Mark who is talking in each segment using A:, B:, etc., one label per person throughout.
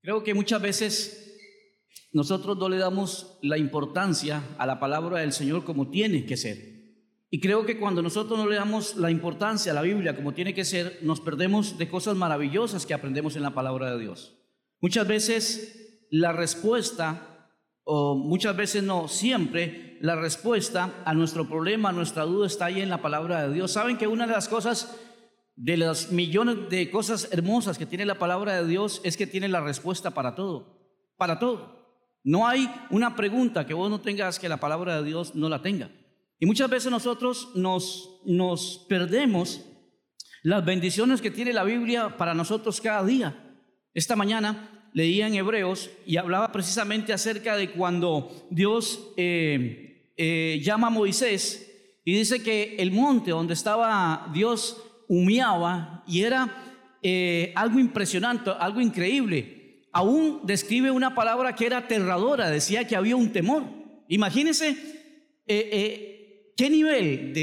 A: Creo que muchas veces nosotros no le damos la importancia a la palabra del Señor como tiene que ser. Y creo que cuando nosotros no le damos la importancia a la Biblia como tiene que ser, nos perdemos de cosas maravillosas que aprendemos en la palabra de Dios. Muchas veces la respuesta, o muchas veces no, siempre la respuesta a nuestro problema, a nuestra duda está ahí en la palabra de Dios. ¿Saben que una de las cosas, de las millones de cosas hermosas que tiene la palabra de Dios, es que tiene la respuesta para todo? Para todo. No hay una pregunta que vos no tengas que la palabra de Dios no la tenga. Y muchas veces nosotros nos perdemos las bendiciones que tiene la Biblia para nosotros cada día. Esta mañana leía en Hebreos y hablaba precisamente acerca de cuando Dios llama a Moisés y dice que el monte donde estaba Dios humeaba y era algo impresionante, algo increíble. Aún describe una palabra que era aterradora, decía que había un temor. Imagínense qué nivel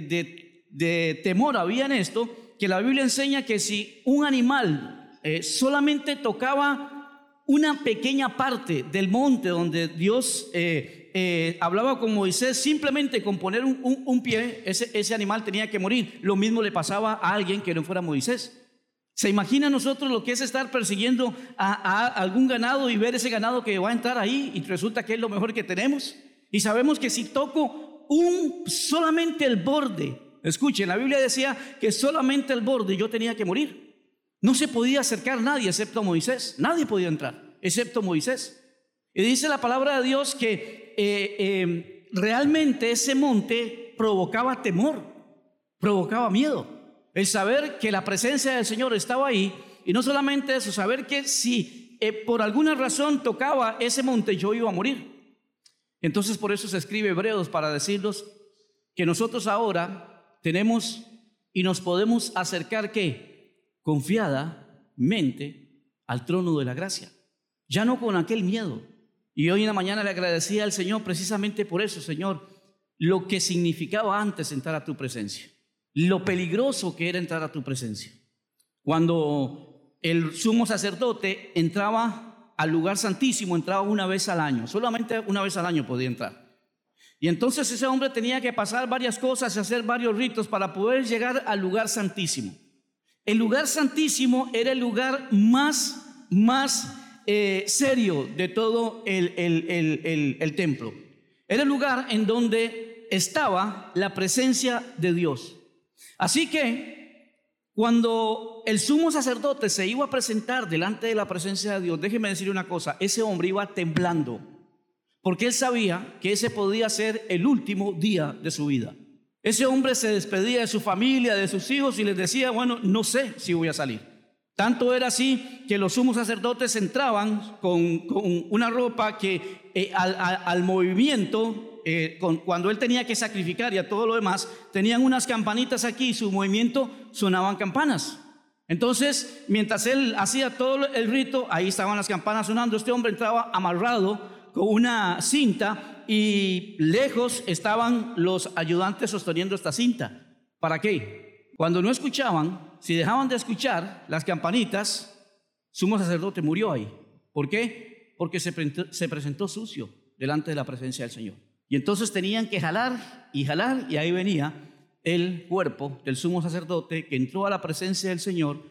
A: de temor había en esto, que la Biblia enseña que si un animal solamente tocaba una pequeña parte del monte donde Dios hablaba con Moisés, simplemente con poner un pie, ese animal tenía que morir. Lo mismo le pasaba a alguien que no fuera Moisés. ¿Se imagina nosotros lo que es estar persiguiendo a algún ganado y ver ese ganado que va a entrar ahí y resulta que es lo mejor que tenemos? Y sabemos que si toco solamente el borde, escuchen, la Biblia decía que solamente el borde yo tenía que morir. No se podía acercar nadie excepto Moisés. Nadie podía entrar excepto Moisés. Y dice la palabra de Dios que realmente ese monte provocaba temor, provocaba miedo. El saber que la presencia del Señor estaba ahí, y no solamente eso, saber que si por alguna razón tocaba ese monte yo iba a morir. Entonces por eso se escribe Hebreos, para decirnos que nosotros ahora tenemos y nos podemos acercar ¿qué? Confiadamente al trono de la gracia, ya no con aquel miedo. Y hoy en la mañana le agradecía al Señor precisamente por eso, Señor, lo que significaba antes entrar a tu presencia, lo peligroso que era entrar a tu presencia. Cuando el sumo sacerdote entraba al lugar santísimo, entraba una vez al año, solamente una vez al año podía entrar. Y entonces ese hombre tenía que pasar varias cosas y hacer varios ritos para poder llegar al lugar santísimo. El lugar santísimo era el lugar más serio de todo el templo. Era el lugar en donde estaba la presencia de Dios. Así que cuando el sumo sacerdote se iba a presentar delante de la presencia de Dios, déjeme decir una cosa, ese hombre iba temblando, porque él sabía que ese podía ser el último día de su vida. Ese hombre se despedía de su familia, de sus hijos, y les decía, bueno, no sé si voy a salir. Tanto era así que los sumos sacerdotes entraban con una ropa que al movimiento, cuando él tenía que sacrificar y a todo lo demás, tenían unas campanitas aquí y su movimiento sonaban campanas. Entonces, mientras él hacía todo el rito, ahí estaban las campanas sonando. Este hombre entraba amarrado con una cinta y lejos estaban los ayudantes sosteniendo esta cinta. ¿Para qué? Cuando no escuchaban, si dejaban de escuchar las campanitas, sumo sacerdote murió ahí. ¿Por qué? Porque se presentó sucio delante de la presencia del Señor. Y entonces tenían que jalar, y ahí venía el cuerpo del sumo sacerdote que entró a la presencia del Señor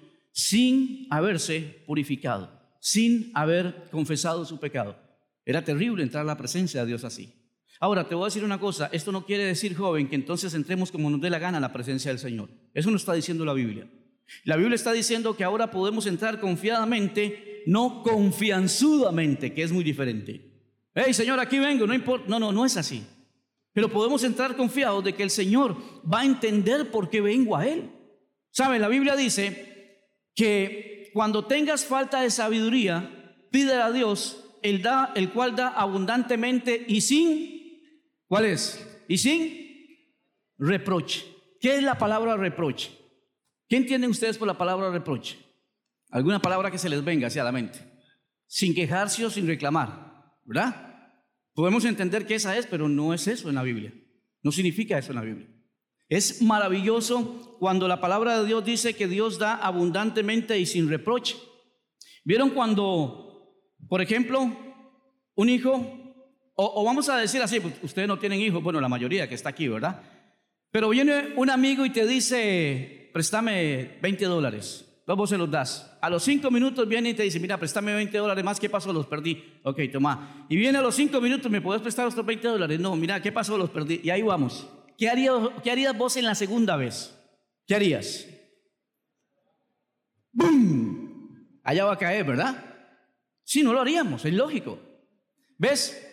A: sin haberse purificado, sin haber confesado su pecado. Era terrible entrar a la presencia de Dios así. Ahora te voy a decir una cosa, esto no quiere decir, joven, que entonces entremos como nos dé la gana a la presencia del Señor. Eso no está diciendo la Biblia. La Biblia está diciendo que ahora podemos entrar confiadamente, no confianzudamente, que es muy diferente. Hey, Señor, aquí vengo, no importa. No es así. Pero podemos entrar confiados de que el Señor va a entender por qué vengo a Él. ¿Saben? La Biblia dice que cuando tengas falta de sabiduría, pídele a Dios, el cual da abundantemente y sin, ¿cuál es? Y sin reproche. ¿Qué es la palabra reproche? ¿Qué entienden ustedes por la palabra reproche? ¿Alguna palabra que se les venga hacia la mente? Sin quejarse o sin reclamar, ¿verdad? Podemos entender que esa es, pero no es eso en la Biblia. No significa eso en la Biblia. Es maravilloso cuando la palabra de Dios dice que Dios da abundantemente y sin reproche. ¿Vieron cuando Por ejemplo, un hijo, o vamos a decir así, pues ustedes no tienen hijos, bueno, la mayoría que está aquí, ¿verdad? Pero viene un amigo y te dice, préstame $20. Vos se los das. A los 5 minutos viene y te dice, mira, préstame $20 más, ¿qué pasó? Los perdí. Ok, toma. Y viene a los 5 minutos, ¿me podés prestar estos $20? No, mira, ¿qué pasó? Los perdí. Y ahí vamos. ¿Qué harías vos en la segunda vez? ¿Qué harías? ¡Bum! Allá va a caer, ¿verdad? Sí, no lo haríamos, es lógico. ¿Ves?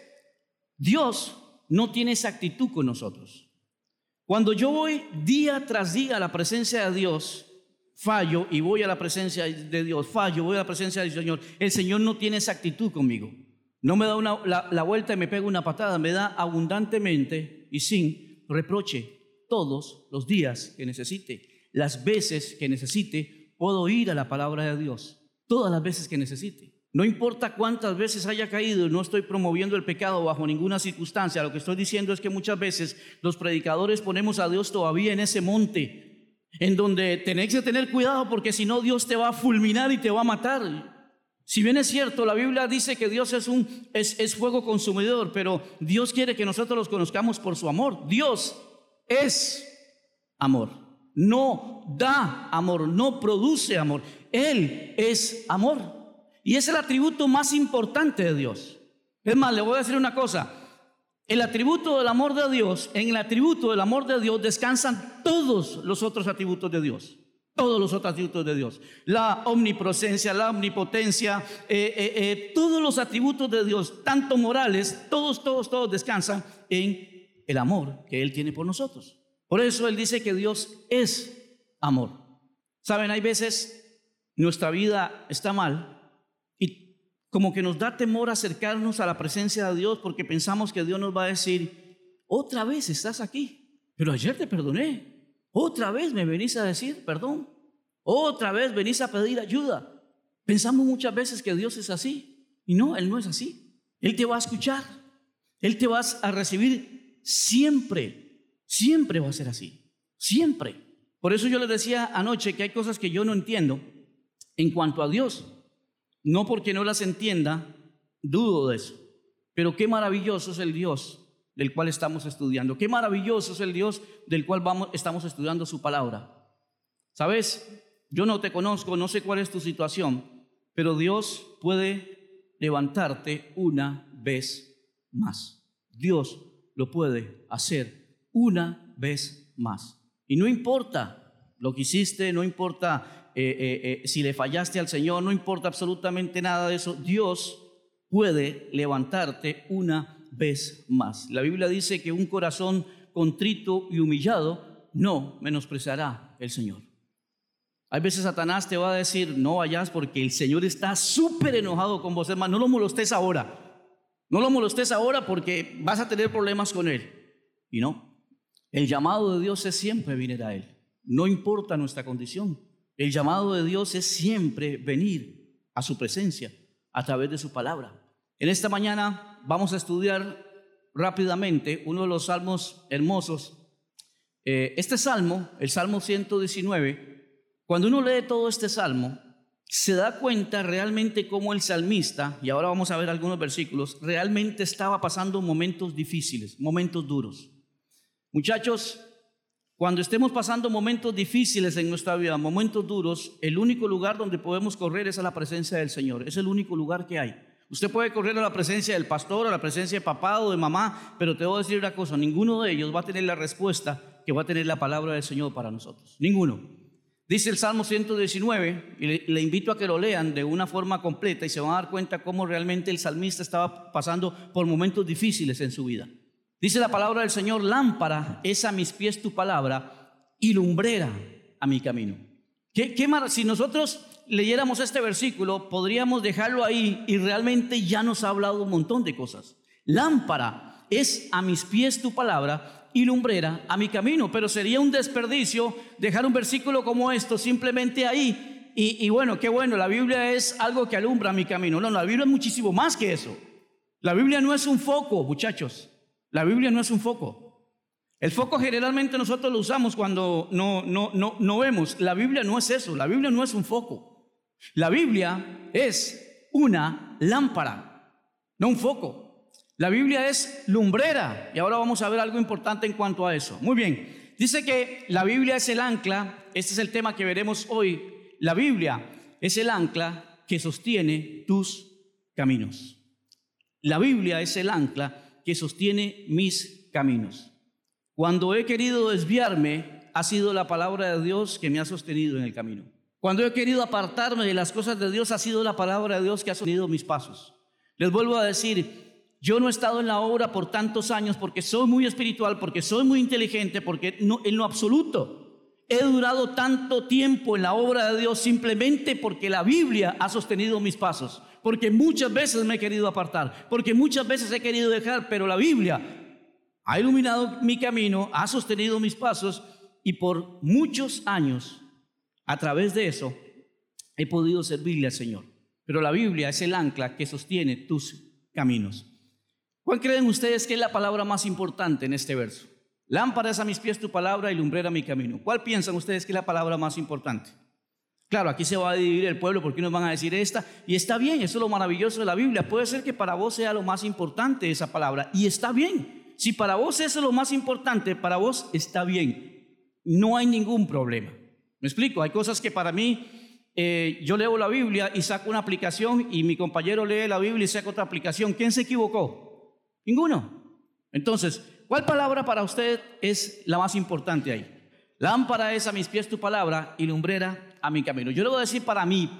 A: Dios no tiene esa actitud con nosotros. Cuando yo voy día tras día a la presencia de Dios, fallo y voy a la presencia de Dios, fallo, voy a la presencia del Señor. El Señor no tiene esa actitud conmigo. No me da la vuelta y me pega una patada, me da abundantemente y sin reproche todos los días que necesite. Las veces que necesite, puedo ir a la palabra de Dios. Todas las veces que necesite. No importa cuántas veces haya caído, no estoy promoviendo el pecado bajo ninguna circunstancia. Lo que estoy diciendo es que muchas veces los predicadores ponemos a Dios todavía en ese monte, en donde tenés que tener cuidado porque si no Dios te va a fulminar y te va a matar. Si bien es cierto, la Biblia dice que Dios es fuego consumidor, pero Dios quiere que nosotros los conozcamos por su amor. Dios es amor, no da amor, no produce amor. Él es amor. Y es el atributo más importante de Dios. Es más, le voy a decir una cosa. El atributo del amor de Dios, en el atributo del amor de Dios descansan todos los otros atributos de Dios. Todos los otros atributos de Dios. La omnipresencia, la omnipotencia, todos los atributos de Dios, tanto morales, todos descansan en el amor que Él tiene por nosotros. Por eso Él dice que Dios es amor. Saben, hay veces nuestra vida está mal y como que nos da temor acercarnos a la presencia de Dios porque pensamos que Dios nos va a decir, otra vez estás aquí, pero ayer te perdoné, otra vez me venís a decir perdón, otra vez venís a pedir ayuda. Pensamos muchas veces que Dios es así y no, Él no es así. Él te va a escuchar, Él te va a recibir siempre, siempre va a ser así, siempre. Por eso yo les decía anoche que hay cosas que yo no entiendo en cuanto a Dios. No porque no las entienda, dudo de eso. Pero qué maravilloso es el Dios del cual estamos estudiando. Qué maravilloso es el Dios del cual estamos estudiando su palabra. ¿Sabes? Yo no te conozco, no sé cuál es tu situación, pero Dios puede levantarte una vez más. Dios lo puede hacer una vez más. Y no importa lo que hiciste, no importa si le fallaste al Señor, no importa absolutamente nada de eso. Dios puede levantarte una vez más. La Biblia dice que un corazón contrito y humillado no menospreciará el Señor. Hay veces Satanás te va a decir, no vayas porque el Señor está súper enojado con vos, hermano. No lo molestes ahora. No lo molestes ahora porque vas a tener problemas con Él. Y no, el llamado de Dios es siempre venir a Él. No importa nuestra condición. El llamado de Dios es siempre venir a su presencia a través de su palabra. En esta mañana vamos a estudiar rápidamente uno de los salmos hermosos. Este salmo, el Salmo 119, cuando uno lee todo este salmo, se da cuenta realmente cómo el salmista, y ahora vamos a ver algunos versículos, realmente estaba pasando momentos difíciles, momentos duros. Muchachos, cuando estemos pasando momentos difíciles en nuestra vida, momentos duros, el único lugar donde podemos correr es a la presencia del Señor. Es el único lugar que hay. Usted puede correr a la presencia del pastor, a la presencia de papá o de mamá, pero te voy a decir una cosa, ninguno de ellos va a tener la respuesta que va a tener la palabra del Señor para nosotros. Ninguno. Dice el Salmo 119, y le invito a que lo lean de una forma completa y se van a dar cuenta cómo realmente el salmista estaba pasando por momentos difíciles en su vida. Dice la palabra del Señor, lámpara es a mis pies tu palabra y lumbrera a mi camino. Si nosotros leyéramos este versículo, podríamos dejarlo ahí y realmente ya nos ha hablado un montón de cosas. Lámpara es a mis pies tu palabra y lumbrera a mi camino. Pero sería un desperdicio dejar un versículo como esto simplemente ahí. Y bueno, qué bueno, la Biblia es algo que alumbra mi camino. No, la Biblia es muchísimo más que eso. La Biblia no es un foco, muchachos. La Biblia no es un foco. El foco generalmente nosotros lo usamos cuando no vemos. La Biblia no es eso. La Biblia no es un foco. La Biblia es una lámpara, no un foco. La Biblia es lumbrera y ahora vamos a ver algo importante en cuanto a eso. Muy bien, dice que la Biblia es el ancla, este es el tema que veremos hoy. La Biblia es el ancla que sostiene tus caminos. La Biblia es el ancla que sostiene mis caminos. Cuando he querido desviarme, ha sido la palabra de Dios que me ha sostenido en el camino. Cuando he querido apartarme de las cosas de Dios, ha sido la palabra de Dios que ha sostenido mis pasos. Les vuelvo a decir, yo no he estado en la obra por tantos años porque soy muy espiritual, porque soy muy inteligente, porque no, en lo absoluto he durado tanto tiempo en la obra de Dios simplemente porque la Biblia ha sostenido mis pasos, porque muchas veces me he querido apartar, porque muchas veces he querido dejar, pero la Biblia ha iluminado mi camino, ha sostenido mis pasos y por muchos años, a través de eso, he podido servirle al Señor. Pero la Biblia es el ancla que sostiene tus caminos. ¿Cuál creen ustedes que es la palabra más importante en este verso? Lámpara es a mis pies tu palabra y lumbrera mi camino. ¿Cuál piensan ustedes que es la palabra más importante? Claro, aquí se va a dividir el pueblo porque unos van a decir esta, y está bien, eso es lo maravilloso de la Biblia. Puede ser que para vos sea lo más importante esa palabra, y está bien. Si para vos eso es lo más importante, para vos está bien. No hay ningún problema. ¿Me explico? Hay cosas que para mí, yo leo la Biblia y saco una aplicación y mi compañero lee la Biblia y saca otra aplicación. ¿Quién se equivocó? Ninguno. Entonces, ¿cuál palabra para usted es la más importante ahí? Lámpara es a mis pies tu palabra y lumbrera a mi camino. Yo le voy a decir para mí,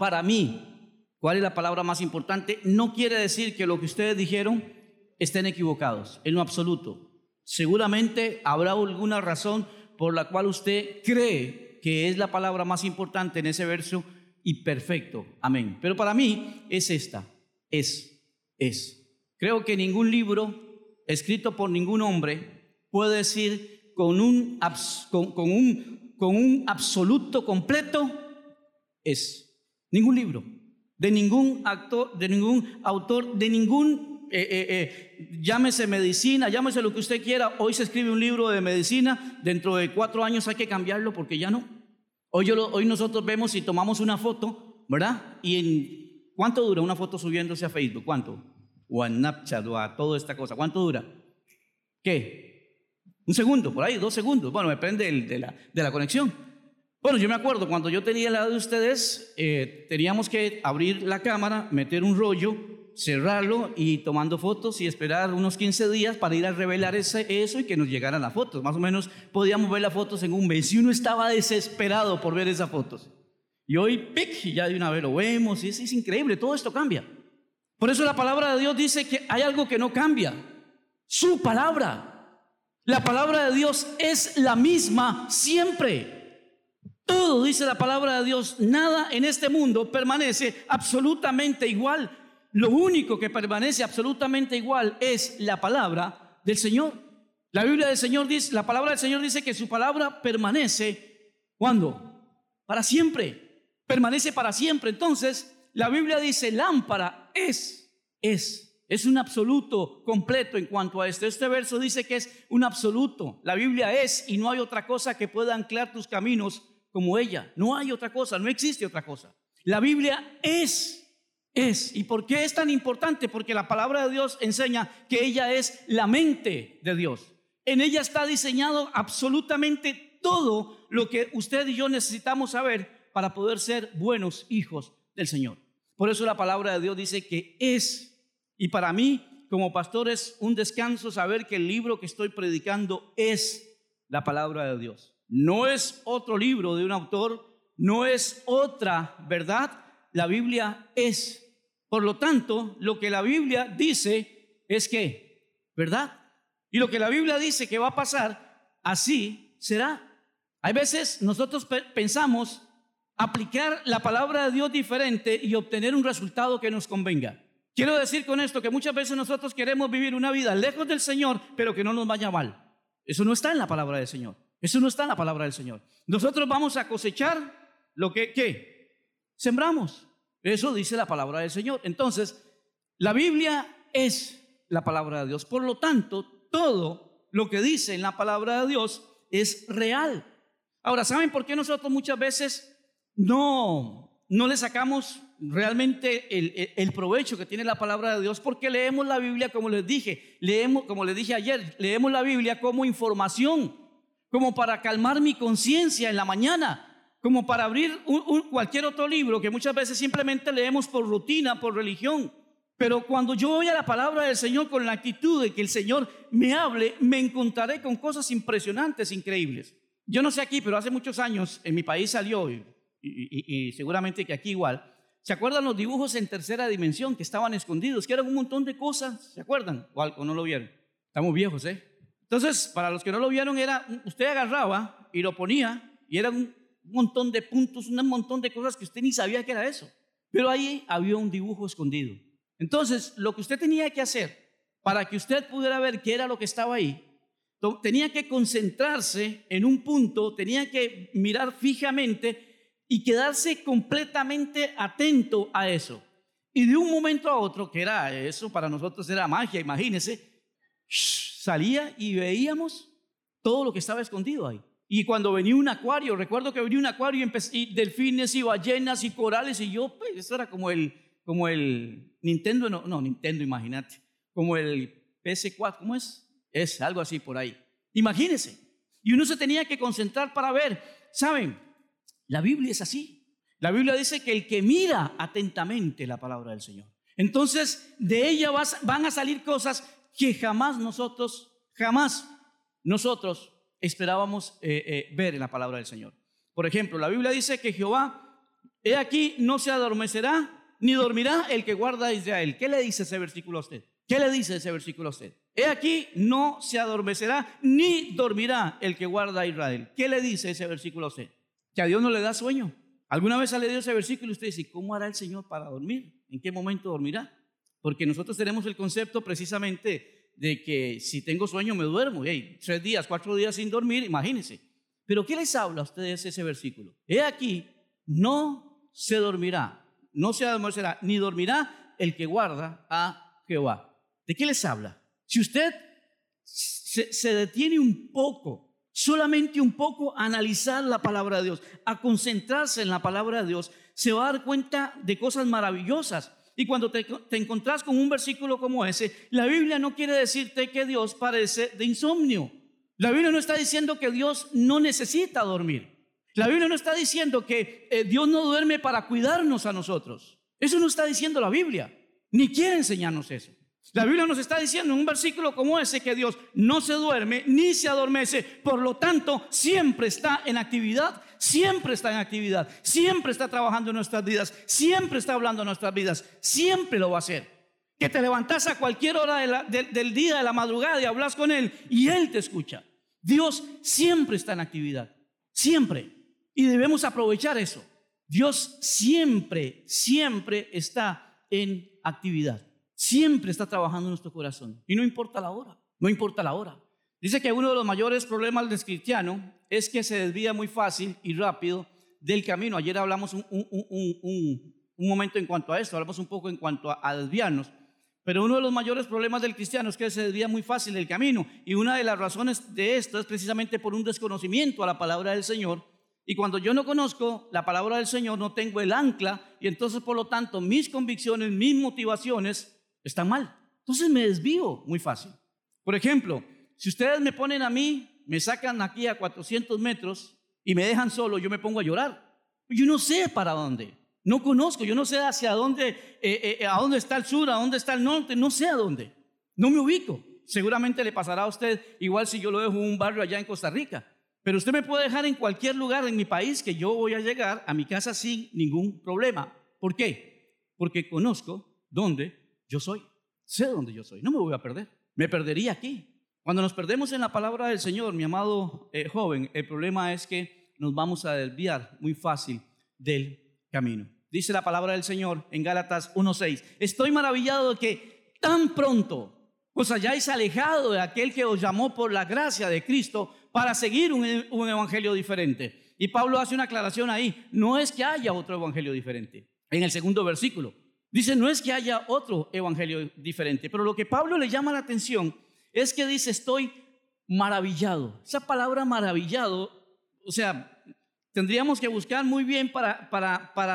A: ¿cuál es la palabra más importante? No quiere decir que lo que ustedes dijeron estén equivocados, en lo absoluto. Seguramente habrá alguna razón por la cual usted cree que es la palabra más importante en ese verso y perfecto, amén. Pero para mí es esta, es. Creo que ningún libro escrito por ningún hombre puede decir con un absoluto completo es. Ningún libro, de ningún autor, de ningún llámese medicina, llámese lo que usted quiera. Hoy se escribe un libro de medicina, dentro de 4 años hay que cambiarlo porque ya no. Hoy nosotros vemos y tomamos una foto, ¿verdad? Y ¿cuánto dura una foto subiéndose a Facebook? ¿Cuánto? O a Snapchat o a toda esta cosa. ¿Cuánto dura? ¿Qué? 1 segundo, por ahí, 2 segundos. Bueno, depende de la conexión. Bueno, yo me acuerdo cuando yo tenía la edad de ustedes, teníamos que abrir la cámara, meter un rollo, cerrarlo y tomando fotos y esperar unos 15 días para ir a revelar eso y que nos llegaran las fotos. Más o menos podíamos ver las fotos en un mes y uno estaba desesperado por ver esas fotos. Y hoy, ¡pic!, y ya de una vez lo vemos y es increíble, todo esto cambia. Por eso la palabra de Dios dice que hay algo que no cambia, su palabra. La palabra de Dios es la misma siempre. Todo, dice la palabra de Dios, nada en este mundo permanece absolutamente igual. Lo único que permanece absolutamente igual es la palabra del Señor. La Biblia del Señor dice, la palabra del Señor dice que su palabra permanece, ¿cuándo? Para siempre. Permanece para siempre. Entonces, la Biblia dice, lámpara es un absoluto completo en cuanto a esto. Este verso dice que es un absoluto. La Biblia es y no hay otra cosa que pueda anclar tus caminos como ella. No hay otra cosa, no existe otra cosa. La Biblia es. ¿Y por qué es tan importante? Porque la palabra de Dios enseña que ella es la mente de Dios. En ella está diseñado absolutamente todo lo que usted y yo necesitamos saber para poder ser buenos hijos del Señor. Por eso la palabra de Dios dice que es. Y para mí, como pastor, es un descanso saber que el libro que estoy predicando es la palabra de Dios. No es otro libro de un autor, no es otra verdad. La Biblia es. Por lo tanto, lo que la Biblia dice es que, ¿verdad? Y lo que la Biblia dice que va a pasar, así será. Hay veces nosotros pensamos aplicar la palabra de Dios diferente y obtener un resultado que nos convenga. Quiero decir con esto que muchas veces nosotros queremos vivir una vida lejos del Señor, pero que no nos vaya mal. Eso no está en la palabra del Señor. Eso no está en la palabra del Señor. Nosotros vamos a cosechar lo que, ¿qué? Sembramos. Eso dice la palabra del Señor. Entonces, la Biblia es la palabra de Dios. Por lo tanto, todo lo que dice en la palabra de Dios es real. Ahora, ¿saben por qué nosotros muchas veces no le sacamos realmente el provecho que tiene la palabra de Dios, porque leemos la Biblia, como les dije, como les dije ayer, leemos la Biblia como información, como para calmar mi conciencia en la mañana, como para abrir cualquier otro libro que muchas veces simplemente leemos por rutina, por religión. Pero cuando yo voy a la palabra del Señor con la actitud de que el Señor me hable, me encontraré con cosas impresionantes, increíbles. Yo no sé aquí, pero hace muchos años en mi país salió, y seguramente que aquí igual, ¿se acuerdan los dibujos en tercera dimensión que estaban escondidos? Que eran un montón de cosas, ¿se acuerdan? ¿O no lo vieron? Estamos viejos, ¿eh? Entonces, para los que no lo vieron, usted agarraba y lo ponía, y era un montón de puntos, un montón de cosas que usted ni sabía que era eso. Pero ahí había un dibujo escondido. Entonces, lo que usted tenía que hacer para que usted pudiera ver qué era lo que estaba ahí, tenía que concentrarse en un punto, tenía que mirar fijamente y quedarse completamente atento a eso. Y de un momento a otro, que era eso, para nosotros era magia, imagínese, salía y veíamos todo lo que estaba escondido ahí. Y cuando venía un acuario, recuerdo que venía un acuario y delfines y ballenas y corales, y yo, pues, eso era como el Nintendo, Nintendo, imagínate, como el PS4, ¿cómo es? Es algo así por ahí. Imagínense. Y uno se tenía que concentrar para ver. ¿Saben? La Biblia es así. La Biblia dice que el que mira atentamente la palabra del Señor, entonces de ella van a salir cosas que jamás nosotros esperábamos ver en la palabra del Señor. Por ejemplo, la Biblia dice que Jehová, he aquí, no se adormecerá ni dormirá el que guarda a Israel. ¿Qué le dice ese versículo a usted? ¿Qué le dice ese versículo a usted? He aquí, no se adormecerá ni dormirá el que guarda a Israel. ¿Qué le dice ese versículo a usted? Que a Dios no le da sueño. ¿Alguna vez ha leído ese versículo y usted dice, ¿cómo hará el Señor para dormir? ¿En qué momento dormirá? Porque nosotros tenemos el concepto precisamente de que si tengo sueño me duermo. Hey, 3 días, 4 días sin dormir, imagínense. Pero ¿qué les habla a ustedes ese versículo? He aquí, no se dormirá, no se adormecerá, ni dormirá el que guarda a Jehová. ¿De qué les habla? Si usted se detiene un poco, solamente un poco, a analizar la palabra de Dios, a concentrarse en la palabra de Dios, se va a dar cuenta de cosas maravillosas. Y cuando te encontrás con un versículo como ese, la Biblia no quiere decirte que Dios padece de insomnio. La Biblia no está diciendo que Dios no necesita dormir. La Biblia no está diciendo que Dios no duerme para cuidarnos a nosotros. Eso no está diciendo la Biblia, ni quiere enseñarnos eso. La Biblia nos está diciendo en un versículo como ese que Dios no se duerme ni se adormece, por lo tanto siempre está en actividad, siempre está en actividad, siempre está trabajando en nuestras vidas, siempre está hablando en nuestras vidas, siempre lo va a hacer. Que te levantás a cualquier hora del día, de la madrugada, y hablas con Él y Él te escucha. Dios siempre está en actividad, siempre, y debemos aprovechar eso. Dios siempre está en actividad. Siempre está trabajando en nuestro corazón. Y no importa la hora, no importa la hora. Dice que uno de los mayores problemas del cristiano es que se desvía muy fácil y rápido del camino. Ayer hablamos un momento en cuanto a esto, hablamos un poco en cuanto a desviarnos. Pero uno de los mayores problemas del cristiano es que se desvía muy fácil del camino. Y una de las razones de esto es precisamente por un desconocimiento a la palabra del Señor. Y cuando yo no conozco la palabra del Señor, no tengo el ancla, y entonces por lo tanto mis convicciones, mis motivaciones están mal. Entonces me desvío muy fácil. Por ejemplo, si ustedes me ponen a mí, me sacan aquí a 400 metros y me dejan solo, yo me pongo a llorar. Yo no sé para dónde, no conozco, yo no sé hacia dónde, a dónde está el sur, a dónde está el norte, no sé a dónde, no me ubico. Seguramente le pasará a usted igual si yo lo dejo en un barrio allá en Costa Rica. Pero usted me puede dejar en cualquier lugar en mi país que yo voy a llegar a mi casa sin ningún problema. ¿Por qué? Porque conozco dónde yo soy, sé dónde yo soy, no me voy a perder, me perdería aquí. Cuando nos perdemos en la palabra del Señor, mi amado joven, el problema es que nos vamos a desviar muy fácil del camino. Dice la palabra del Señor en Gálatas 1:6, estoy maravillado de que tan pronto os hayáis alejado de aquel que os llamó por la gracia de Cristo para seguir un evangelio diferente. Y Pablo hace una aclaración ahí, no es que haya otro evangelio diferente. En el segundo versículo dice, no es que haya otro evangelio diferente, pero lo que Pablo le llama la atención es que dice, estoy maravillado. Esa palabra maravillado, o sea, tendríamos que buscar muy bien para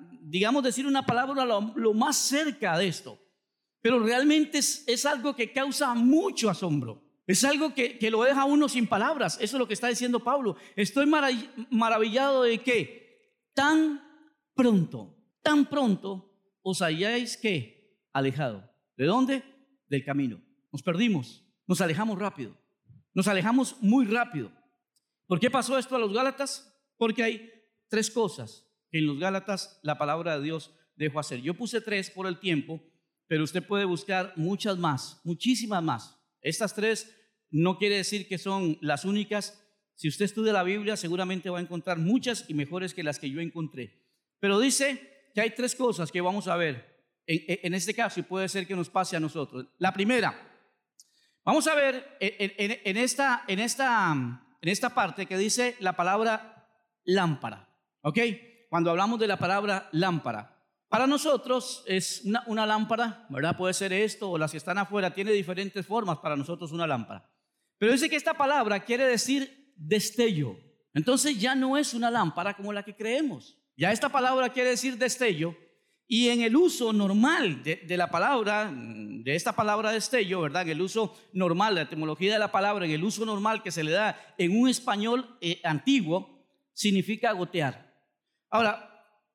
A: digamos, decir una palabra lo más cerca de esto. Pero realmente es algo que causa mucho asombro. Es algo que lo deja a uno sin palabras. Eso es lo que está diciendo Pablo. Estoy maravillado de que tan pronto os hayáis ¿qué? Alejado. ¿De dónde? Del camino. Nos perdimos, nos alejamos rápido. Nos alejamos muy rápido. ¿Por qué pasó esto a los Gálatas? Porque hay 3 cosas que en los Gálatas la palabra de Dios dejó hacer. Yo puse 3 por el tiempo, pero usted puede buscar muchas más, muchísimas más. Estas 3 no quiere decir que son las únicas. Si usted estudia la Biblia, seguramente va a encontrar muchas y mejores que las que yo encontré. Pero dice que hay 3 cosas que vamos a ver en este caso y puede ser que nos pase a nosotros. La primera, vamos a ver en esta parte que dice la palabra lámpara. ¿Ok? Cuando hablamos de la palabra lámpara, para nosotros es una lámpara, ¿verdad? Puede ser esto o las que están afuera, tiene diferentes formas para nosotros una lámpara. Pero dice que esta palabra quiere decir destello. Entonces ya no es una lámpara como la que creemos. Ya esta palabra quiere decir destello. Y en el uso normal de la palabra, de esta palabra destello, ¿verdad? En el uso normal, la etimología de la palabra, en el uso normal que se le da en un español antiguo, significa gotear. Ahora,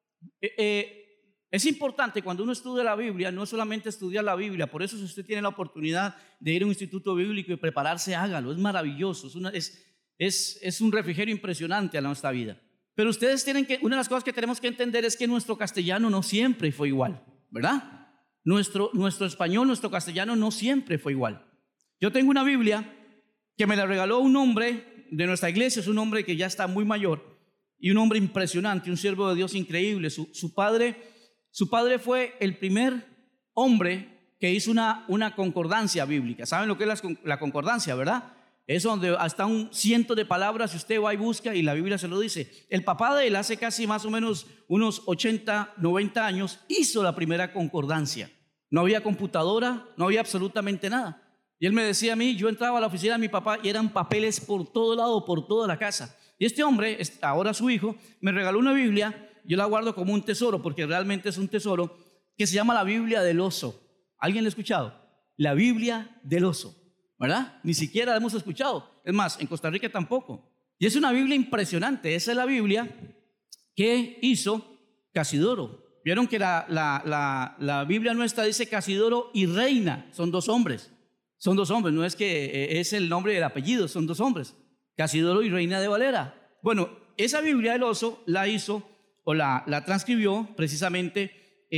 A: es importante cuando uno estudia la Biblia, no solamente estudiar la Biblia. Por eso si usted tiene la oportunidad de ir a un instituto bíblico y prepararse, hágalo, es maravilloso, es un refrigerio impresionante a nuestra vida. Pero ustedes una de las cosas que tenemos que entender es que nuestro castellano no siempre fue igual, ¿verdad? Nuestro español, nuestro castellano no siempre fue igual. Yo tengo una Biblia que me la regaló un hombre de nuestra iglesia, es un hombre que ya está muy mayor y un hombre impresionante, un siervo de Dios increíble. Su padre fue el primer hombre que hizo una concordancia bíblica. ¿Saben lo que es la concordancia, verdad? Es donde hasta un ciento de palabras usted va y busca y la Biblia se lo dice. El papá de él hace casi más o menos unos 80, 90 años hizo la primera concordancia. No había computadora, no había absolutamente nada. Y él me decía a mí, yo entraba a la oficina de mi papá y eran papeles por todo lado, por toda la casa. Y este hombre, ahora su hijo, me regaló una Biblia, yo la guardo como un tesoro porque realmente es un tesoro, que se llama la Biblia del oso. ¿Alguien la ha escuchado? La Biblia del oso. ¿Verdad? Ni siquiera la hemos escuchado. Es más, en Costa Rica tampoco. Y es una Biblia impresionante. Esa es la Biblia que hizo Casidoro. Vieron que la Biblia nuestra dice Casidoro y Reina. Son 2 hombres. Son 2 hombres. No es que es el nombre del apellido. Son 2 hombres. Casidoro y Reina de Valera. Bueno, esa Biblia del oso la hizo o la transcribió precisamente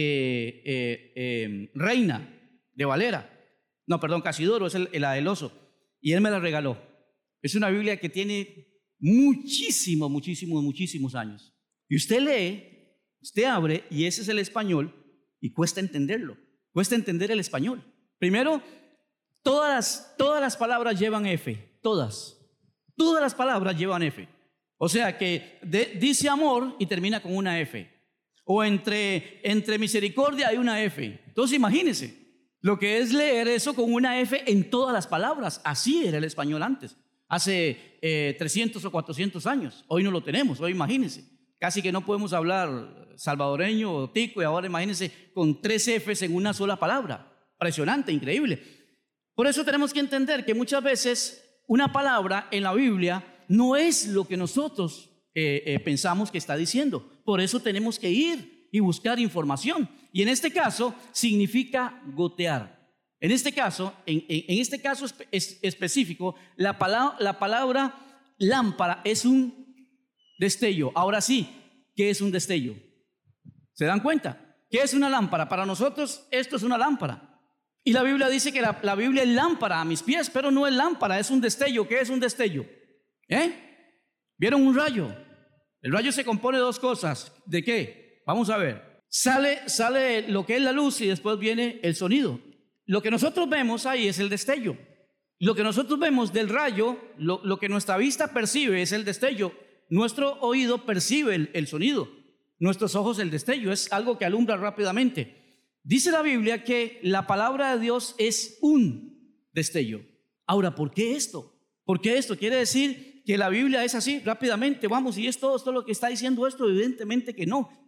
A: Reina de Valera. No, perdón, Casidoro es la del oso. Y él me la regaló. Es una Biblia que tiene muchísimos años. Y usted lee, usted abre, y ese es el español, y cuesta entenderlo. Cuesta entender el español. Primero, todas las palabras llevan F. Todas las palabras llevan F. O sea que dice amor y termina con una F. O entre misericordia hay una F. Entonces imagínense. Lo que es leer eso con una F en todas las palabras. Así era el español antes, hace 300 o 400 años. Hoy no lo tenemos, hoy imagínense. Casi que no podemos hablar salvadoreño o tico y ahora imagínense con 3 Fs en una sola palabra. Impresionante, increíble. Por eso tenemos que entender que muchas veces una palabra en la Biblia no es lo que nosotros pensamos que está diciendo. Por eso tenemos que ir y buscar información. Y en este caso significa gotear. En este caso específico, la palabra lámpara es un destello. Ahora sí, ¿qué es un destello? ¿Se dan cuenta? ¿Qué es una lámpara? Para nosotros esto es una lámpara. Y la Biblia dice que la Biblia es lámpara a mis pies, pero no es lámpara, es un destello. ¿Qué es un destello? ¿Vieron un rayo? El rayo se compone de 2 cosas. ¿De qué? Vamos a ver. Sale lo que es la luz y después viene el sonido. Lo que nosotros vemos ahí es el destello. Lo que nosotros vemos del rayo, lo que nuestra vista percibe es el destello. Nuestro oído percibe el sonido. Nuestros ojos el destello. Es algo que alumbra rápidamente. Dice la Biblia que la palabra de Dios es un destello. Ahora, ¿por qué esto? ¿Por qué esto? Quiere decir que la Biblia es así rápidamente. Vamos, y es todo lo que está diciendo esto. Evidentemente que no.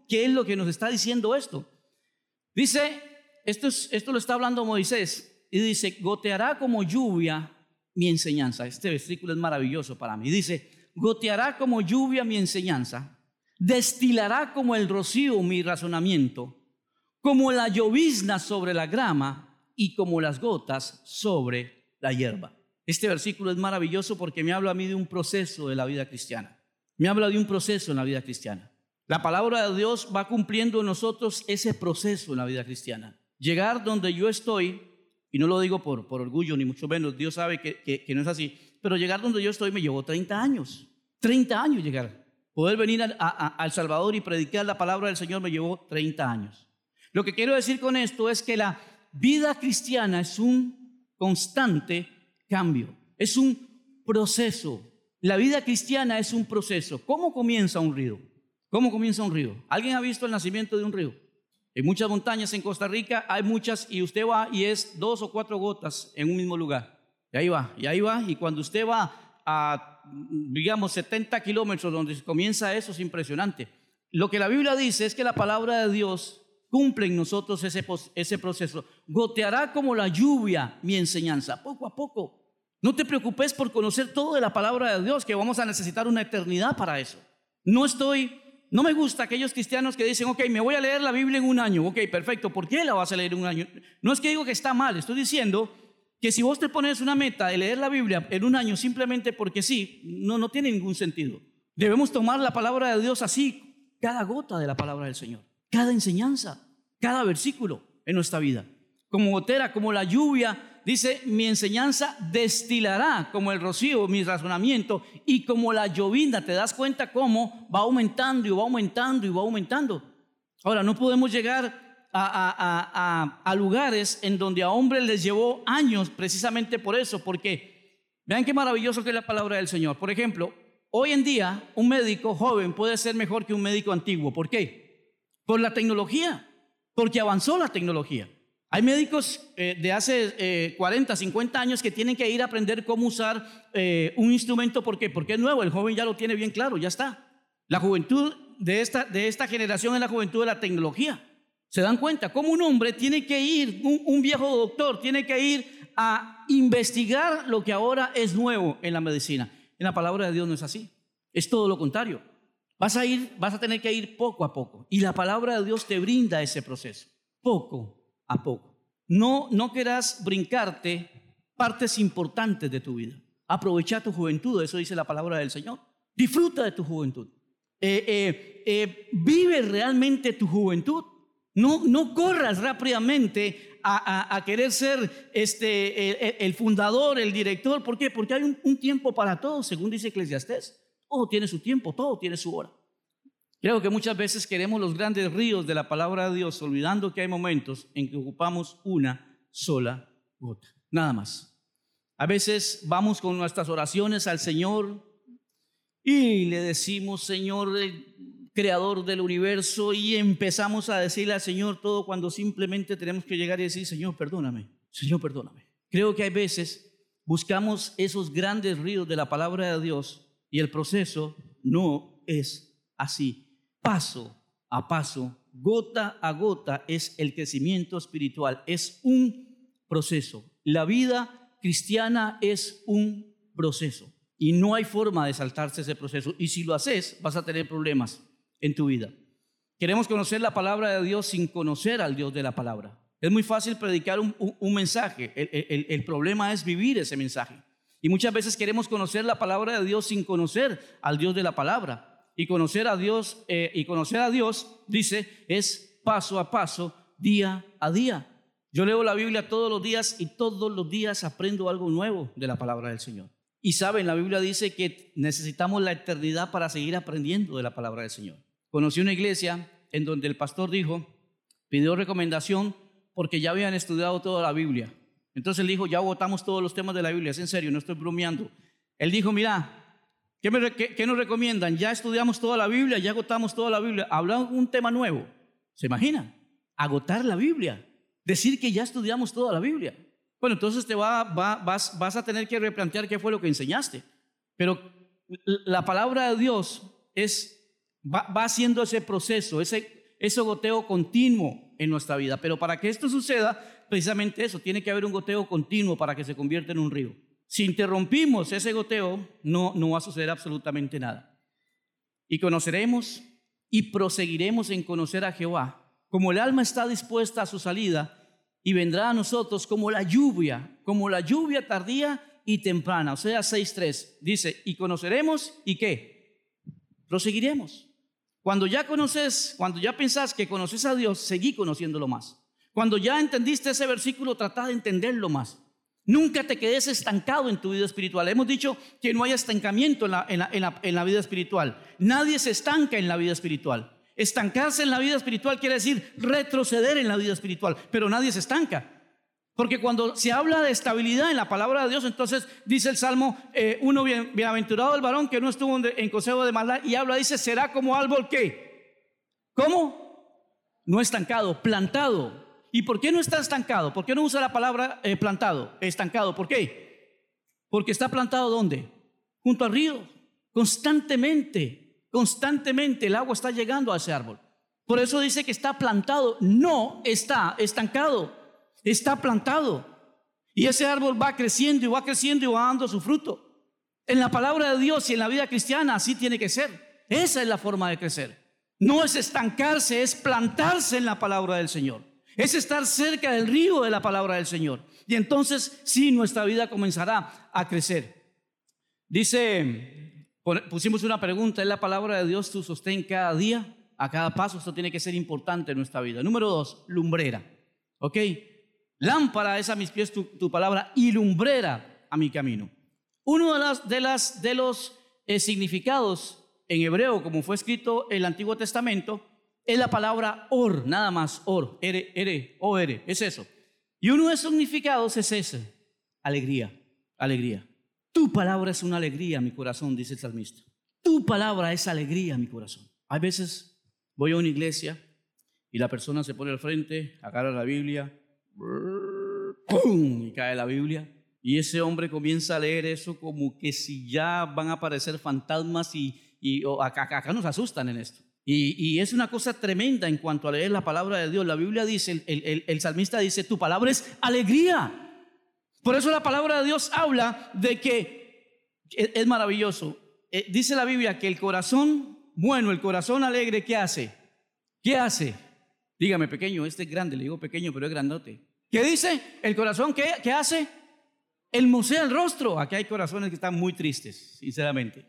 A: ¿qué es lo que nos está diciendo esto? Dice, esto lo está hablando Moisés, y dice, goteará como lluvia mi enseñanza. Este versículo es maravilloso para mí. Dice, goteará como lluvia mi enseñanza, destilará como el rocío mi razonamiento, como la llovizna sobre la grama y como las gotas sobre la hierba. Este versículo es maravilloso porque me habla a mí de un proceso de la vida cristiana. Me habla de un proceso en la vida cristiana. La palabra de Dios va cumpliendo en nosotros ese proceso en la vida cristiana. Llegar donde yo estoy, y no lo digo por orgullo ni mucho menos, Dios sabe que no es así, pero llegar donde yo estoy me llevó 30 años. 30 años llegar. Poder venir a El Salvador y predicar la palabra del Señor me llevó 30 años. Lo que quiero decir con esto es que la vida cristiana es un constante cambio, es un proceso. La vida cristiana es un proceso. ¿Cómo comienza un río? ¿Cómo comienza un río? ¿Alguien ha visto el nacimiento de un río? En muchas montañas en Costa Rica hay muchas, y usted va y es 2 o 4 gotas en un mismo lugar. Y ahí va, y cuando usted va a, digamos, 70 kilómetros donde comienza eso, es impresionante. Lo que la Biblia dice es que la palabra de Dios cumple en nosotros ese proceso. Goteará como la lluvia mi enseñanza, poco a poco. No te preocupes por conocer todo de la palabra de Dios, que vamos a necesitar una eternidad para eso. No me gusta aquellos cristianos que dicen, ok, me voy a leer la Biblia en un año. Ok, perfecto, ¿por qué la vas a leer en un año? No es que digo que está mal, estoy diciendo que si vos te pones una meta de leer la Biblia en un año simplemente porque sí, no tiene ningún sentido. Debemos tomar la palabra de Dios así, cada gota de la palabra del Señor, cada enseñanza, cada versículo en nuestra vida. Como gotera, como la lluvia. Dice, mi enseñanza destilará como el rocío, mi razonamiento, y como la llovizna. ¿Te das cuenta cómo va aumentando y va aumentando y va aumentando? Ahora, no podemos llegar a lugares en donde a hombres les llevó años precisamente por eso, porque vean qué maravilloso que es la palabra del Señor. Por ejemplo, hoy en día un médico joven puede ser mejor que un médico antiguo. ¿Por qué? Por la tecnología, porque avanzó la tecnología. Hay médicos de hace 40, 50 años que tienen que ir a aprender cómo usar un instrumento. ¿Por qué? Porque es nuevo, el joven ya lo tiene bien claro, ya está. La juventud de esta generación es la juventud de la tecnología. ¿Se dan cuenta? Cómo un hombre tiene que ir, un viejo doctor tiene que ir a investigar lo que ahora es nuevo en la medicina. En la palabra de Dios no es así, es todo lo contrario. Vas a tener que ir poco a poco, y la palabra de Dios te brinda ese proceso, poco a poco. No querás brincarte partes importantes de tu vida. Aprovecha tu juventud, eso dice la palabra del Señor. Disfruta de tu juventud. Vive realmente tu juventud. No corras rápidamente a querer ser el fundador, el director. ¿Por qué? Porque hay un tiempo para todo, según dice Eclesiastés. Todo tiene su tiempo, todo tiene su hora. Creo que muchas veces queremos los grandes ríos de la palabra de Dios, olvidando que hay momentos en que ocupamos una sola gota, nada más. A veces vamos con nuestras oraciones al Señor y le decimos, Señor, creador del universo, y empezamos a decirle al Señor todo cuando simplemente tenemos que llegar y decir, Señor, perdóname, Señor, perdóname. Creo que hay veces buscamos esos grandes ríos de la palabra de Dios y el proceso no es así. Paso a paso, gota a gota, es el crecimiento espiritual, es un proceso. La vida cristiana es un proceso y no hay forma de saltarse ese proceso, y si lo haces vas a tener problemas en tu vida. Queremos conocer la palabra de Dios sin conocer al Dios de la palabra. Es muy fácil predicar un mensaje, el problema es vivir ese mensaje, y muchas veces queremos conocer la palabra de Dios sin conocer al Dios de la palabra. Y conocer a Dios, dice, es paso a paso, día a día. Yo leo la Biblia todos los días y todos los días aprendo algo nuevo de la palabra del Señor. Y saben, la Biblia dice que necesitamos la eternidad para seguir aprendiendo de la palabra del Señor. Conocí una iglesia en donde el pastor pidió recomendación porque ya habían estudiado toda la Biblia. Entonces él dijo, ya agotamos todos los temas de la Biblia, es en serio, no estoy bromeando. Él dijo, mira, ¿qué nos recomiendan? Ya estudiamos toda la Biblia, ya agotamos toda la Biblia. Hablan un tema nuevo. ¿Se imaginan? Agotar la Biblia. Decir que ya estudiamos toda la Biblia. Bueno, entonces vas a tener que replantear qué fue lo que enseñaste. Pero la palabra de Dios es va haciendo ese proceso, ese goteo continuo en nuestra vida. Pero para que esto suceda, precisamente eso, tiene que haber un goteo continuo para que se convierta en un río. Si interrumpimos ese goteo, no va a suceder absolutamente nada. Y conoceremos y proseguiremos en conocer a Jehová, como el alma está dispuesta a su salida, y vendrá a nosotros como la lluvia tardía y temprana. O sea, 6:3 dice, y conoceremos, ¿y qué? Proseguiremos. Cuando ya pensás que conoces a Dios, seguí conociéndolo más. Cuando ya entendiste ese versículo, trata de entenderlo más. Nunca te quedes estancado en tu vida espiritual. Hemos dicho que no hay estancamiento en la vida espiritual. Nadie se estanca en la vida espiritual. Estancarse en la vida espiritual quiere decir retroceder en la vida espiritual, pero nadie se estanca. Porque cuando se habla de estabilidad en la palabra de Dios, entonces dice el Salmo 1, bienaventurado el varón que no estuvo en consejo de maldad, y dice, será como árbol que, ¿cómo? No estancado, plantado. ¿Y por qué no está estancado? ¿Por qué no usa la palabra plantado? Estancado, ¿por qué? Porque está plantado ¿dónde? Junto al río. Constantemente el agua está llegando a ese árbol. Por eso dice que está plantado, no está estancado. Está plantado y ese árbol va creciendo y va creciendo y va dando su fruto. En la palabra de Dios y en la vida cristiana así tiene que ser. Esa es la forma de crecer. No es estancarse, es plantarse en la palabra del Señor. Es estar cerca del río de la palabra del Señor. Y entonces sí, nuestra vida comenzará a crecer. Dice, pusimos una pregunta, ¿es la palabra de Dios tu sostén cada día? A cada paso esto tiene que ser importante en nuestra vida. Número 2, lumbrera. ¿Ok? Lámpara es a mis pies tu palabra y lumbrera a mi camino. Uno de los significados en hebreo, como fue escrito en el Antiguo Testamento, es la palabra or, nada más, or, o-r, es eso. Y uno de esos significados es ese, alegría. Tu palabra es una alegría a mi corazón, dice el salmista. Tu palabra es alegría a mi corazón. Hay veces voy a una iglesia y la persona se pone al frente, agarra la Biblia, ¡pum!, y cae la Biblia. Y ese hombre comienza a leer eso como que si ya van a aparecer fantasmas acá nos asustan en esto. Y es una cosa tremenda en cuanto a leer la palabra de Dios. La Biblia dice, el salmista dice, tu palabra es alegría. Por eso la palabra de Dios habla de que es maravilloso. Dice la Biblia que el corazón bueno, el corazón alegre, ¿qué hace? ¿Qué hace? Dígame, pequeño, este es grande, le digo pequeño, pero es grandote. ¿Qué dice? El corazón, ¿qué hace? Hermosea el rostro. Aquí hay corazones que están muy tristes, sinceramente.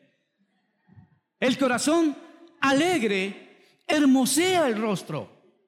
A: El corazón alegre hermosea el rostro.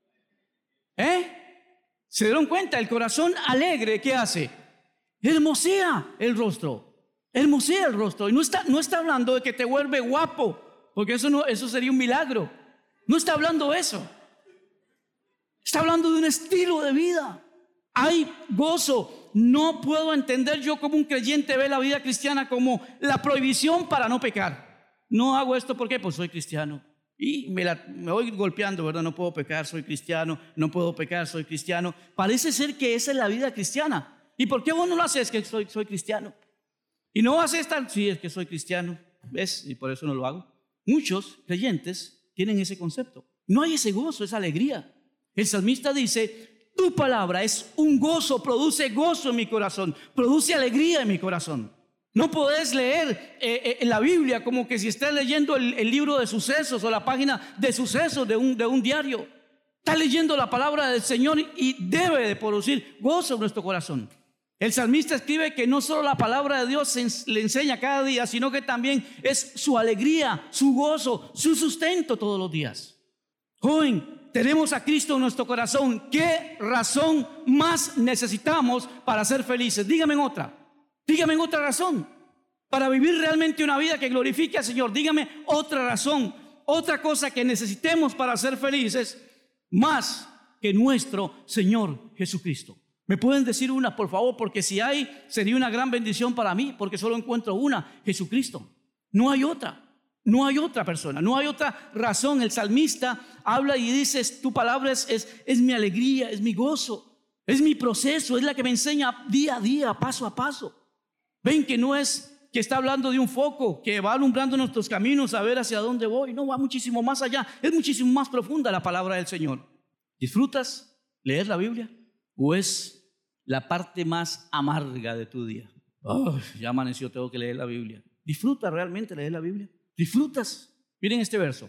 A: ¿Se dieron cuenta? El corazón alegre, ¿qué hace? Hermosea el rostro. Hermosea el rostro. Y no está hablando de que te vuelve guapo, porque eso sería un milagro. No está hablando de eso. Está hablando de un estilo de vida. Hay gozo. No puedo entender yo como un creyente ve la vida cristiana como la prohibición para no pecar. No hago esto, ¿por qué? Pues soy cristiano. Y me voy golpeando, ¿verdad? No puedo pecar, soy cristiano. No puedo pecar, soy cristiano. Parece ser que esa es la vida cristiana. ¿Y por qué vos no lo haces? Es que soy cristiano. Y no haces tal, sí, es que soy cristiano. ¿Ves? Y por eso no lo hago. Muchos creyentes tienen ese concepto. No hay ese gozo, esa alegría. El salmista dice, tu palabra es un gozo, produce gozo en mi corazón, produce alegría en mi corazón. No podés leer la Biblia como que si estés leyendo el libro de sucesos o la página de sucesos de un diario. Estás leyendo la palabra del Señor y debe de producir gozo en nuestro corazón. El salmista escribe que no solo la palabra de Dios le enseña cada día, sino que también es su alegría, su gozo, su sustento todos los días. Joven, tenemos a Cristo en nuestro corazón. ¿Qué razón más necesitamos para ser felices? Dígame otra razón para vivir realmente una vida que glorifique al Señor. Dígame otra razón, otra cosa que necesitemos para ser felices más que nuestro Señor Jesucristo. ¿Me pueden decir una, por favor? Porque si hay, sería una gran bendición para mí, porque solo encuentro una, Jesucristo. No hay otra persona, no hay otra razón. El salmista habla y dice, tu palabra es mi alegría, es mi gozo, es mi proceso, es la que me enseña día a día, paso a paso. Ven que no es que está hablando de un foco que va alumbrando nuestros caminos a ver hacia dónde voy. No, va muchísimo más allá, es muchísimo más profunda la palabra del Señor. ¿Disfrutas leer la Biblia o es la parte más amarga de tu día? Oh, ya amaneció, tengo que leer la Biblia. ¿Disfrutas realmente leer la Biblia? ¿Disfrutas? Miren este verso.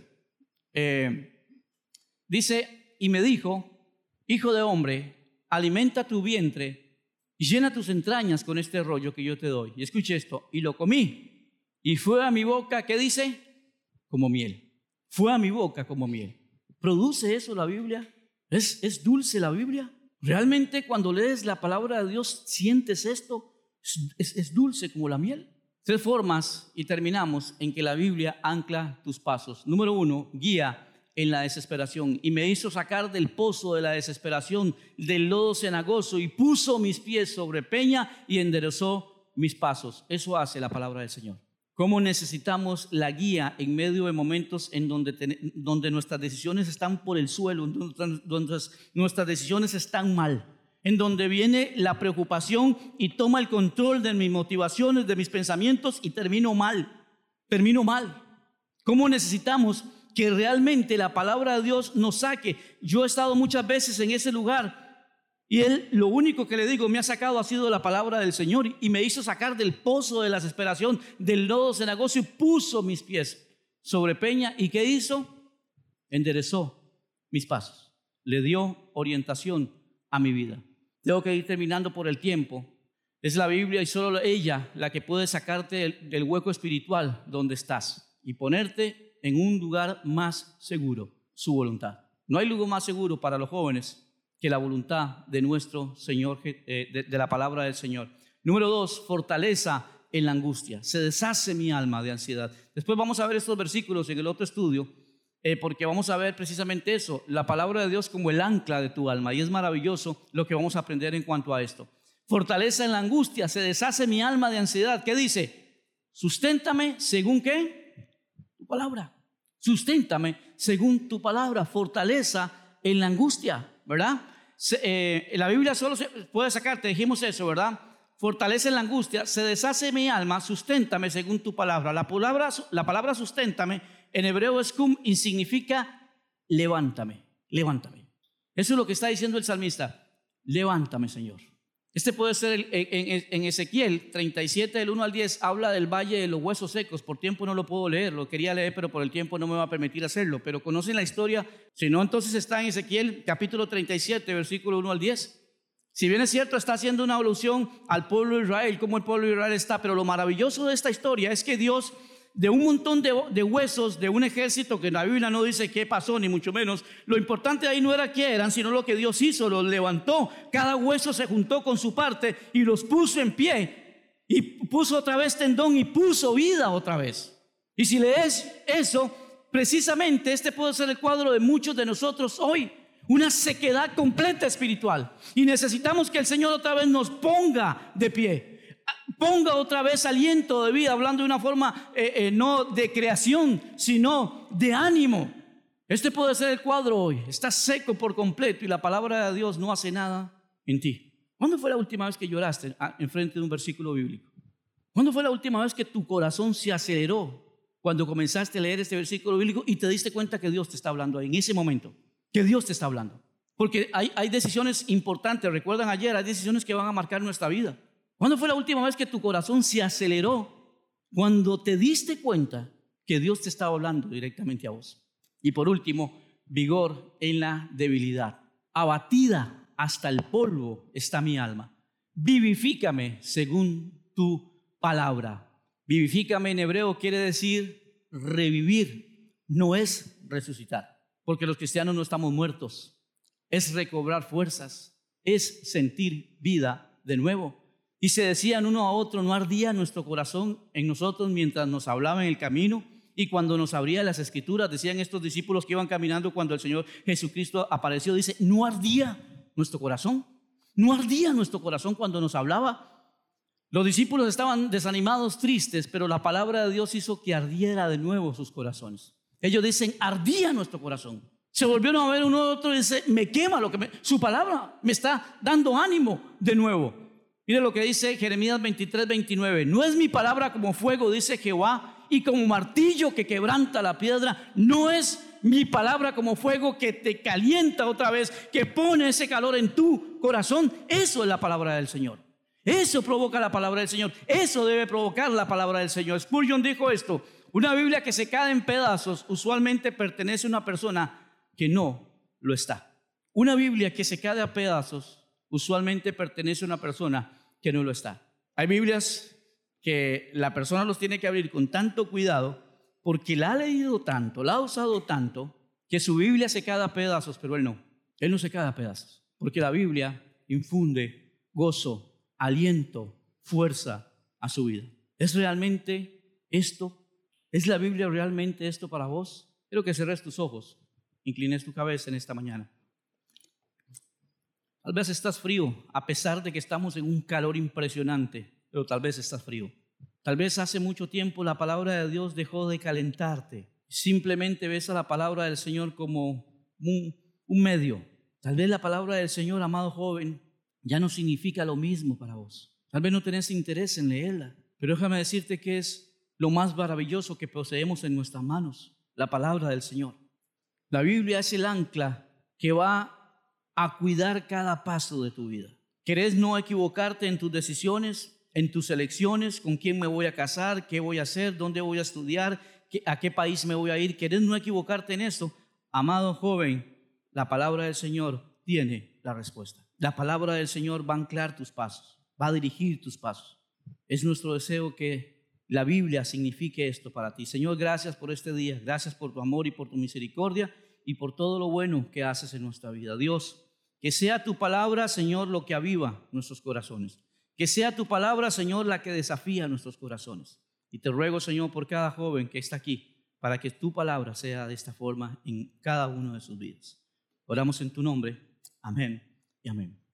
A: Dice, y me dijo, hijo de hombre, alimenta tu vientre y llena tus entrañas con este rollo que yo te doy. Y escuche esto, y lo comí, y fue a mi boca, ¿qué dice? Como miel. Fue a mi boca como miel. ¿Produce eso la Biblia? ¿Es dulce la Biblia? ¿Realmente cuando lees la palabra de Dios sientes esto? ¿Es dulce como la miel? 3 formas, y terminamos, en que la Biblia ancla tus pasos. Número 1, guía en la desesperación, y me hizo sacar del pozo de la desesperación, del lodo cenagoso, y puso mis pies sobre peña y enderezó mis pasos. Eso hace la palabra del Señor. ¿Cómo necesitamos la guía en medio de momentos en donde nuestras decisiones están por el suelo, donde nuestras decisiones están mal? En donde viene la preocupación y toma el control de mis motivaciones, de mis pensamientos, y termino mal. ¿Cómo necesitamos que realmente la palabra de Dios nos saque? Yo he estado muchas veces en ese lugar y lo único que le digo, me ha sacado ha sido la palabra del Señor, y me hizo sacar del pozo de la desesperación, del lodo cenagoso, y puso mis pies sobre peña. ¿Y qué hizo? Enderezó mis pasos, le dio orientación a mi vida. Tengo que ir terminando por el tiempo. Es la Biblia y solo ella la que puede sacarte del hueco espiritual donde estás y ponerte en un lugar más seguro, su voluntad. No hay lugar más seguro para los jóvenes que la voluntad de nuestro Señor, de la palabra del Señor. Número 2, fortaleza en la angustia. Se deshace mi alma de ansiedad. Después vamos a ver estos versículos en el otro estudio, porque vamos a ver precisamente eso, la palabra de Dios como el ancla de tu alma, y es maravilloso lo que vamos a aprender en cuanto a esto. Fortaleza en la angustia, se deshace mi alma de ansiedad. ¿Qué dice? Susténtame según ¿qué? Tu palabra. Susténtame según tu palabra. Fortaleza en la angustia, ¿verdad? La Biblia solo se puede sacar, te dijimos eso, ¿verdad? Fortaleza en la angustia, se deshace mi alma, susténtame según tu palabra. La palabra susténtame en hebreo es kum y significa levántame. Eso es lo que está diciendo el salmista. Levántame, Señor. Este puede ser en Ezequiel 37, del 1 al 10, habla del valle de los huesos secos. Por tiempo no lo puedo leer, lo quería leer, pero por el tiempo no me va a permitir hacerlo. Pero conocen la historia, si no, entonces está en Ezequiel capítulo 37, versículo 1 al 10. Si bien es cierto, está haciendo una alusión al pueblo de Israel, cómo el pueblo de Israel está, pero lo maravilloso de esta historia es que Dios, de un montón de huesos, de un ejército que en la Biblia no dice qué pasó, ni mucho menos, lo importante ahí no era qué eran, sino lo que Dios hizo, los levantó, cada hueso se juntó con su parte y los puso en pie, y puso otra vez tendón y puso vida otra vez. Y si lees eso, precisamente este puede ser el cuadro de muchos de nosotros hoy. Una sequedad completa espiritual, y necesitamos que el Señor otra vez nos ponga de pie, ponga otra vez aliento de vida, hablando de una forma no de creación, sino de ánimo. Este puede ser el cuadro hoy. Estás seco por completo y la palabra de Dios no hace nada en ti. ¿Cuándo fue la última vez que lloraste en frente de un versículo bíblico? ¿Cuándo fue la última vez que tu corazón se aceleró cuando comenzaste a leer este versículo bíblico y te diste cuenta que Dios te está hablando ahí, en ese momento? Que Dios te está hablando. Porque hay decisiones importantes. Recuerdan ayer, hay decisiones que van a marcar nuestra vida. ¿Cuándo fue la última vez que tu corazón se aceleró? Cuando te diste cuenta que Dios te estaba hablando directamente a vos. Y por último, vigor en la debilidad. Abatida hasta el polvo está mi alma. Vivifícame según tu palabra. Vivifícame en hebreo quiere decir revivir, no es resucitar. Porque los cristianos no estamos muertos, es recobrar fuerzas, es sentir vida de nuevo. Y se decían uno a otro, ¿no ardía nuestro corazón en nosotros mientras nos hablaba en el camino? Y cuando nos abría las escrituras, decían estos discípulos que iban caminando cuando el Señor Jesucristo apareció, dice, ¿no ardía nuestro corazón? ¿No ardía nuestro corazón cuando nos hablaba? Los discípulos estaban desanimados, tristes, pero la palabra de Dios hizo que ardiera de nuevo sus corazones. Ellos dicen, ardía nuestro corazón. Se volvieron a ver uno a otro y dice, me quema su palabra me está dando ánimo de nuevo. Mire lo que dice Jeremías 23:29. No es mi palabra como fuego, dice Jehová, y como martillo que quebranta la piedra. No es mi palabra como fuego que te calienta otra vez, que pone ese calor en tu corazón. Eso es la palabra del Señor. Eso provoca la palabra del Señor. Eso debe provocar la palabra del Señor. Spurgeon dijo esto: una Biblia que se cae en pedazos usualmente pertenece a una persona que no lo está. Una Biblia que se cae a pedazos usualmente pertenece a una persona que no lo está. Hay Biblias que la persona los tiene que abrir con tanto cuidado porque la ha leído tanto, la ha usado tanto, que su Biblia se cae a pedazos, pero él no se cae a pedazos, porque la Biblia infunde gozo, aliento, fuerza a su vida. ¿Es realmente esto? ¿Es la Biblia realmente esto para vos? Quiero que cerres tus ojos, inclines tu cabeza en esta mañana. Tal vez estás frío, a pesar de que estamos en un calor impresionante, pero tal vez estás frío. Tal vez hace mucho tiempo la palabra de Dios dejó de calentarte. Simplemente ves a la palabra del Señor como un medio. Tal vez la palabra del Señor, amado joven, ya no significa lo mismo para vos. Tal vez no tenés interés en leerla, pero déjame decirte que es lo más maravilloso que poseemos en nuestras manos, la palabra del Señor. La Biblia es el ancla que va a cuidar cada paso de tu vida. ¿Querés no equivocarte en tus decisiones, en tus elecciones? ¿Con quién me voy a casar? ¿Qué voy a hacer? ¿Dónde voy a estudiar? ¿A qué país me voy a ir? ¿Querés no equivocarte en esto? Amado joven, la palabra del Señor tiene la respuesta. La palabra del Señor va a anclar tus pasos, va a dirigir tus pasos. Es nuestro deseo que la Biblia signifique esto para ti. Señor, gracias por este día. Gracias por tu amor y por tu misericordia y por todo lo bueno que haces en nuestra vida. Dios, que sea tu palabra, Señor, lo que aviva nuestros corazones. Que sea tu palabra, Señor, la que desafía nuestros corazones. Y te ruego, Señor, por cada joven que está aquí, para que tu palabra sea de esta forma en cada uno de sus vidas. Oramos en tu nombre. Amén y amén.